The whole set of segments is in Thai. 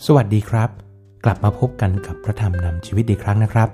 สวัสดีครับกลับมาพบกันกับพระธรรมนำชีวิตอีกครั้งนะครับ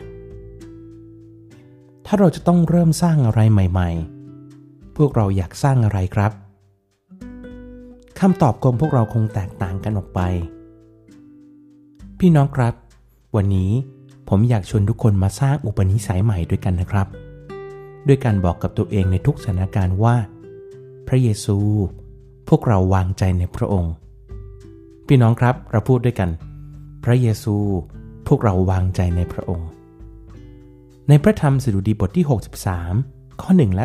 ถ้าเราจะต้องเริ่มสร้างอะไรใหม่ๆพวกเราอยากสร้างอะไรครับคำตอบของพวกเราคงแตกต่างกันออกไปพี่น้องครับวันนี้ผมอยากชวนทุกคนมาสร้างอุปนิสัยใหม่ด้วยกันนะครับด้วยการบอกกับตัวเองในทุกสถานการณ์ว่าพระเยซูพวกเราวางใจในพระองค์พี่น้องครับเราพูดด้วยกันพระเยซูพวกเราวางใจในพระองค์ในพระธรรมสดุดีบทที่63ข้อ1และ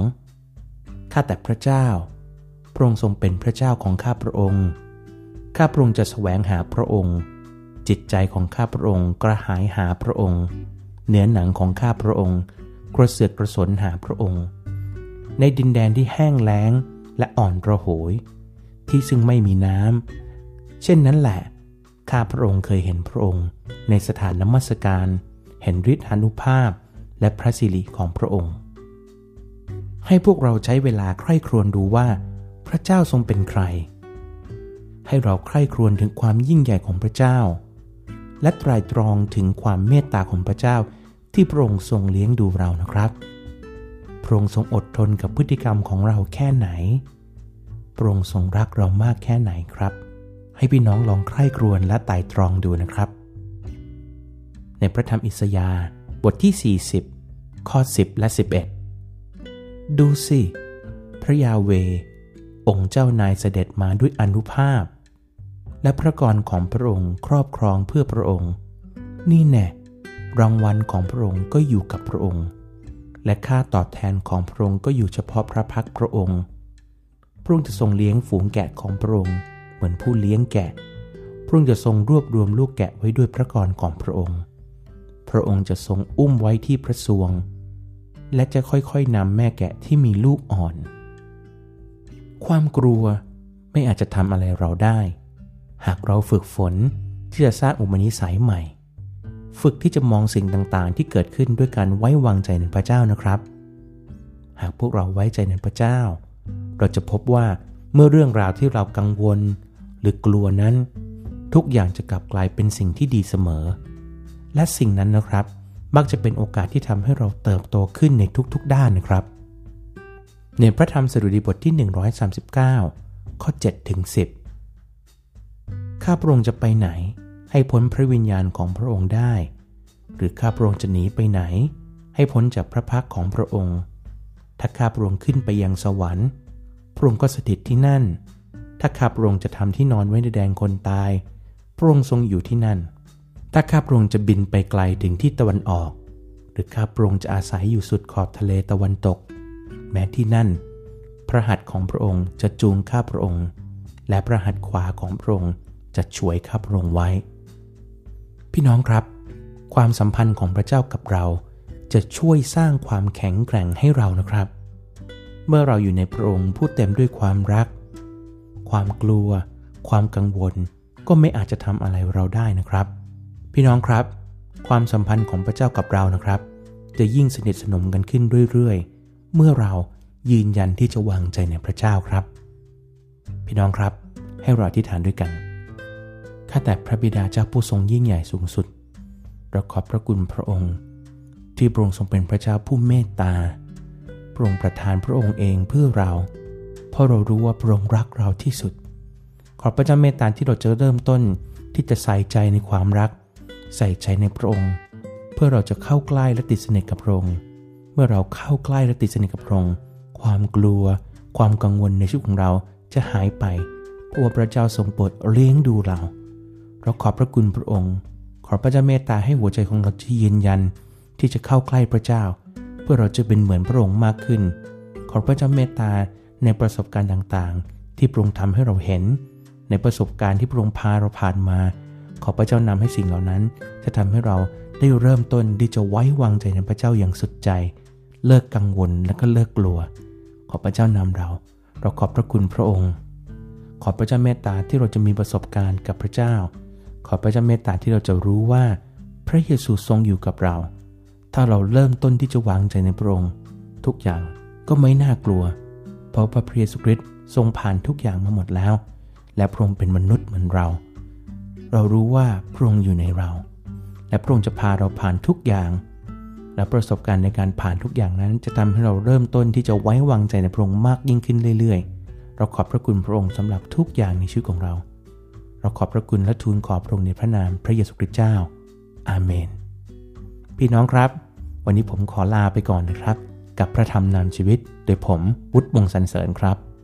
2ข้าแต่พระเจ้าพระองค์ทรงเป็นพระเจ้าของข้าพระองค์ข้าพระองค์จะแสวงหาพระองค์จิตใจของข้าพระองค์กระหายหาพระองค์เนื้อหนังของข้าพระองค์กระเสือกกระสนหาพระองค์ในดินแดนที่แห้งแล้งและอ่อนระโหยที่ซึ่งไม่มีน้ำเช่นนั้นแหละข้าพระองค์เคยเห็นพระองค์ในสถานนมัสการเห็นฤทธานุภาพและพระสิริของพระองค์ให้พวกเราใช้เวลาใคร่ครวญดูว่าพระเจ้าทรงเป็นใครให้เราใคร่ครวญถึงความยิ่งใหญ่ของพระเจ้าและไตร่ตรองถึงความเมตตาของพระเจ้าที่พระองค์ทรงเลี้ยงดูเรานะครับพระองค์ทรงอดทนกับพฤติกรรมของเราแค่ไหนพระองค์ทรงรักเรามากแค่ไหนครับให้พี่น้องลองใคร่ครวญและไตร่ตรองดูนะครับในพระธรรมอิสยาห์บทที่40ข้อ10และ11ดูสิพระยาเวห์องค์เจ้านายเสด็จมาด้วยอานุภาพและพระกรของพระองค์ครอบครองเพื่อพระองค์นี่แน่รางวัลของพระองค์ก็อยู่กับพระองค์และค่าตอบแทนของพระองค์ก็อยู่เฉพาะพระพักพระองค์พระองค์จะทรงเลี้ยงฝูงแกะของพระองค์เหมือนผู้เลี้ยงแกะพระองค์จะทรงรวบรวมลูกแกะไว้ด้วยพระกรของพระองค์พระองค์จะทรงอุ้มไว้ที่พระทรวงและจะค่อยๆนำแม่แกะที่มีลูกอ่อนความกลัวไม่อาจจะทำอะไรเราได้หากเราฝึกฝนที่จะสร้างอุปนิสัยใหม่ฝึกที่จะมองสิ่งต่างๆที่เกิดขึ้นด้วยการไว้วางใจในพระเจ้านะครับหากพวกเราไว้ใจในพระเจ้าเราจะพบว่าเมื่อเรื่องราวที่เรากังวลหรือกลัวนั้นทุกอย่างจะกลับกลายเป็นสิ่งที่ดีเสมอและสิ่งนั้นนะครับมักจะเป็นโอกาสที่ทำให้เราเติบโตขึ้นในทุกๆด้านนะครับในพระธรรมสดุดีบทที่139ข้อ7ถึง10ข้าพระองค์จะไปไหนให้พ้นพระวิญญาณของพระองค์ได้หรือข้าพระองค์จะหนีไปไหนให้พ้นจากพระพักของพระองค์ถ้าข้าพระองค์ขึ้นไปยังสวรรค์พระองค์ก็สถิตที่นั่นถ้าข้าพระองค์จะทำที่นอนไว้ในแดนคนตายพระองค์ทรงอยู่ที่นั่นถ้าข้าพระองค์จะบินไปไกลถึงที่ตะวันออกหรือข้าพระองค์จะอาศัยอยู่สุดขอบทะเลตะวันตกแม้ที่นั่นพระหัตถ์ของพระองค์จะจูงข้าพระองค์และพระหัตถ์ขวาของพระองค์จะช่วยข้าพระองค์ไว้พี่น้องครับความสัมพันธ์ของพระเจ้ากับเราจะช่วยสร้างความแข็งแกร่งให้เรานะครับเมื่อเราอยู่ในพระองค์ผู้เต็มด้วยความรักความกลัวความกังวลก็ไม่อาจจะทำอะไรเราได้นะครับพี่น้องครับความสัมพันธ์ของพระเจ้ากับเรานะครับจะยิ่งสนิทสนมกันขึ้นเรื่อยๆเมื่อเรายืนยันที่จะวางใจในพระเจ้าครับพี่น้องครับให้เราอธิษฐานด้วยกันข้าแต่พระบิดาเจ้าผู้ทรงยิ่งใหญ่สูงสุดเราขอบพระคุณพระองค์ที่พระองค์ทรงเป็นพระเจ้าผู้เมตตาพระองค์ประทานพระองค์เองเพื่อเราเพราะเรารู้ว่าพระองค์รักเราที่สุดขอพระเจ้าเมตตาที่เราจะเริ่มต้นที่จะใส่ใจในความรักใส่ใจในพระองค์เพื่อเราจะเข้าใกล้และติดสนิทกับพระองค์เมื่อเราเข้าใกล้และติดสนิทกับพระองค์ความกลัวความกังวลในชีวิตของเราจะหายไปเพราะว่าพระเจ้าทรงโปรดเลี้ยงดูเราขอบพระคุณพระองค์ขอพระเจ้าเมตตาให้หัวใจของเราที่ยืนยันที่จะเข้าใกล้พระเจ้าเพื่อเราจะเป็นเหมือนพระองค์มากขึ้นขอพระเจ้าเมตตาในประสบการณ์ต่างๆที่พระองค์ทำให้เราเห็นในประสบการณ์ที่พระองค์พาเราผ่านมาขอพระเจ้านำให้สิ่งเหล่านั้นจะทำให้เราได้เริ่มต้นที่จะไว้วางใจในพระเจ้าอย่างสุดใจเลิกกังวลและก็เลิกกลัวขอพระเจ้านำเราขอบพระคุณพระองค์ขอพระเจ้าเมตตาที่เราจะมีประสบการณ์กับพระเจ้าขอพระเจ้าเมตตาที่เราจะรู้ว่าพระเยซูทรงอยู่กับเราถ้าเราเริ่มต้นที่จะวางใจในพระองค์ทุกอย่างก็ไม่น่ากลัวเพราะพระเยซูคริสต์ทรงผ่านทุกอย่างมาหมดแล้วและพระองค์เป็นมนุษย์เหมือนเราเรารู้ว่าพระองค์อยู่ในเราและพระองค์จะพาเราผ่านทุกอย่างและประสบการณ์ในการผ่านทุกอย่างนั้นจะทำให้เราเริ่มต้นที่จะไว้วางใจในพระองค์มากยิ่งขึ้นเรื่อยๆเราขอบพระคุณพระองค์สำหรับทุกอย่างในชีวิตของเราเราขอบพระคุณและทูลขอบพระองค์ในพระนามพระเยซูคริสต์เจ้าอาเมนพี่น้องครับวันนี้ผมขอลาไปก่อนนะครับกับพระธรรมนำชีวิตโดยผมวุฒิวงศ์สรรเสริญครับ